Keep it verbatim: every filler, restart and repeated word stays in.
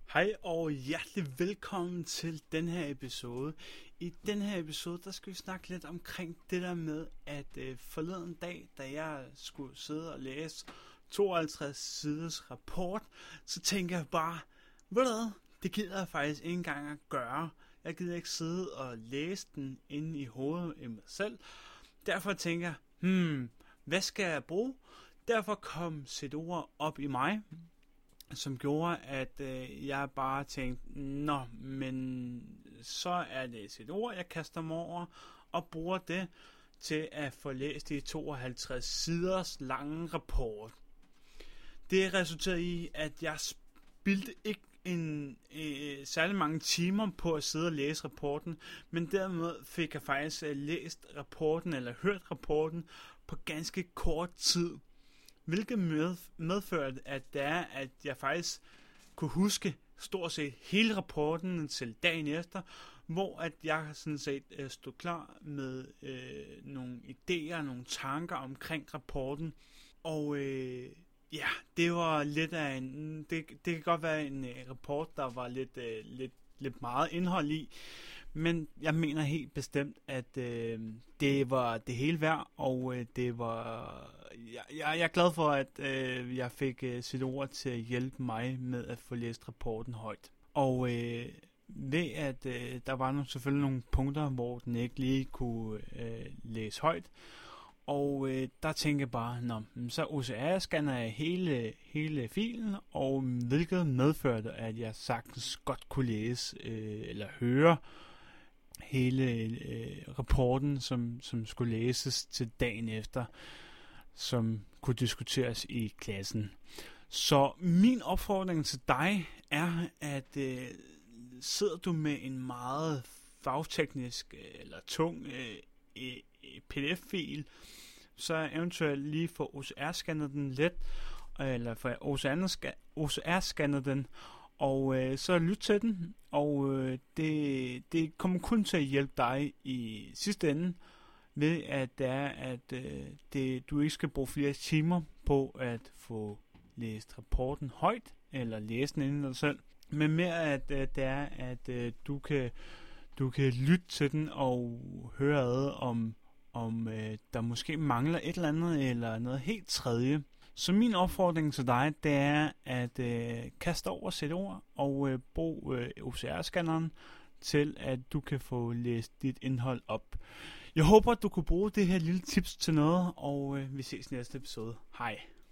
Hej og hjertelig velkommen til den her episode. I den her episode, der skal vi snakke lidt omkring det der med, at øh, forleden dag, da jeg skulle sidde og læse tooghalvtreds siders rapport, så tænker jeg bare, ved du hvad, det gider jeg faktisk ikke engang at gøre. Jeg gider ikke sidde og læse den inde i hovedet i mig selv. Derfor tænker jeg, hmm, hvad skal jeg bruge? Derfor kom sit ord op i mig, som gjorde, at øh, jeg bare tænkte, nå, men så er det sit ord, jeg kaster mig over, og bruger det til at få læst de tooghalvtreds siders lange rapport. Det resulterede i, at jeg spildte ikke en øh, særlig mange timer på at sidde og læse rapporten, men dermed fik jeg faktisk øh, læst rapporten, eller hørt rapporten, på ganske kort tid. Hvilket med, medførte, at det er, at jeg faktisk kunne huske stort set hele rapporten til dagen efter, hvor at jeg sådan set øh, stod klar med øh, nogle idéer, nogle tanker omkring rapporten. Og øh, ja, det var lidt af en, det, det kan godt være en øh, rapport, der var lidt, øh, lidt, lidt meget indhold i. Men jeg mener helt bestemt, at øh, det var det hele værd, og øh, det var... Jeg, jeg er glad for, at øh, jeg fik øh, sit ord til at hjælpe mig med at få læst rapporten højt. Og øh, ved at øh, der var nogle, selvfølgelig nogle punkter, hvor den ikke lige kunne øh, læse højt. Og øh, der tænkte jeg bare, nå, så O C R-scanner jeg hele, hele filen, og hvilket medførte, at jeg sagtens godt kunne læse øh, eller høre hele øh, rapporten, som, som skulle læses til dagen efter, som kunne diskuteres i klassen. Så min opfordring til dig er, at øh, sidder du med en meget fagteknisk øh, eller tung øh, P D F-fil, så eventuelt lige få O C R-scannet den let, eller for O C R-scannet den, og øh, så lyt til den, og øh, det, det kommer kun til at hjælpe dig i sidste ende, ved at det er, at øh, det, du ikke skal bruge flere timer på at få læst rapporten højt, eller læse den inden dig selv, men mere at øh, det er, at øh, du kan du kan lytte til den og høre ad, om, om øh, der måske mangler et eller andet, eller noget helt tredje. Så min opfordring til dig, det er at øh, kaste over sit ord og øh, brug øh, O C R-scanneren til, at du kan få læst dit indhold op. Jeg håber, at du kunne bruge det her lille tips til noget, og øh, vi ses i næste episode. Hej.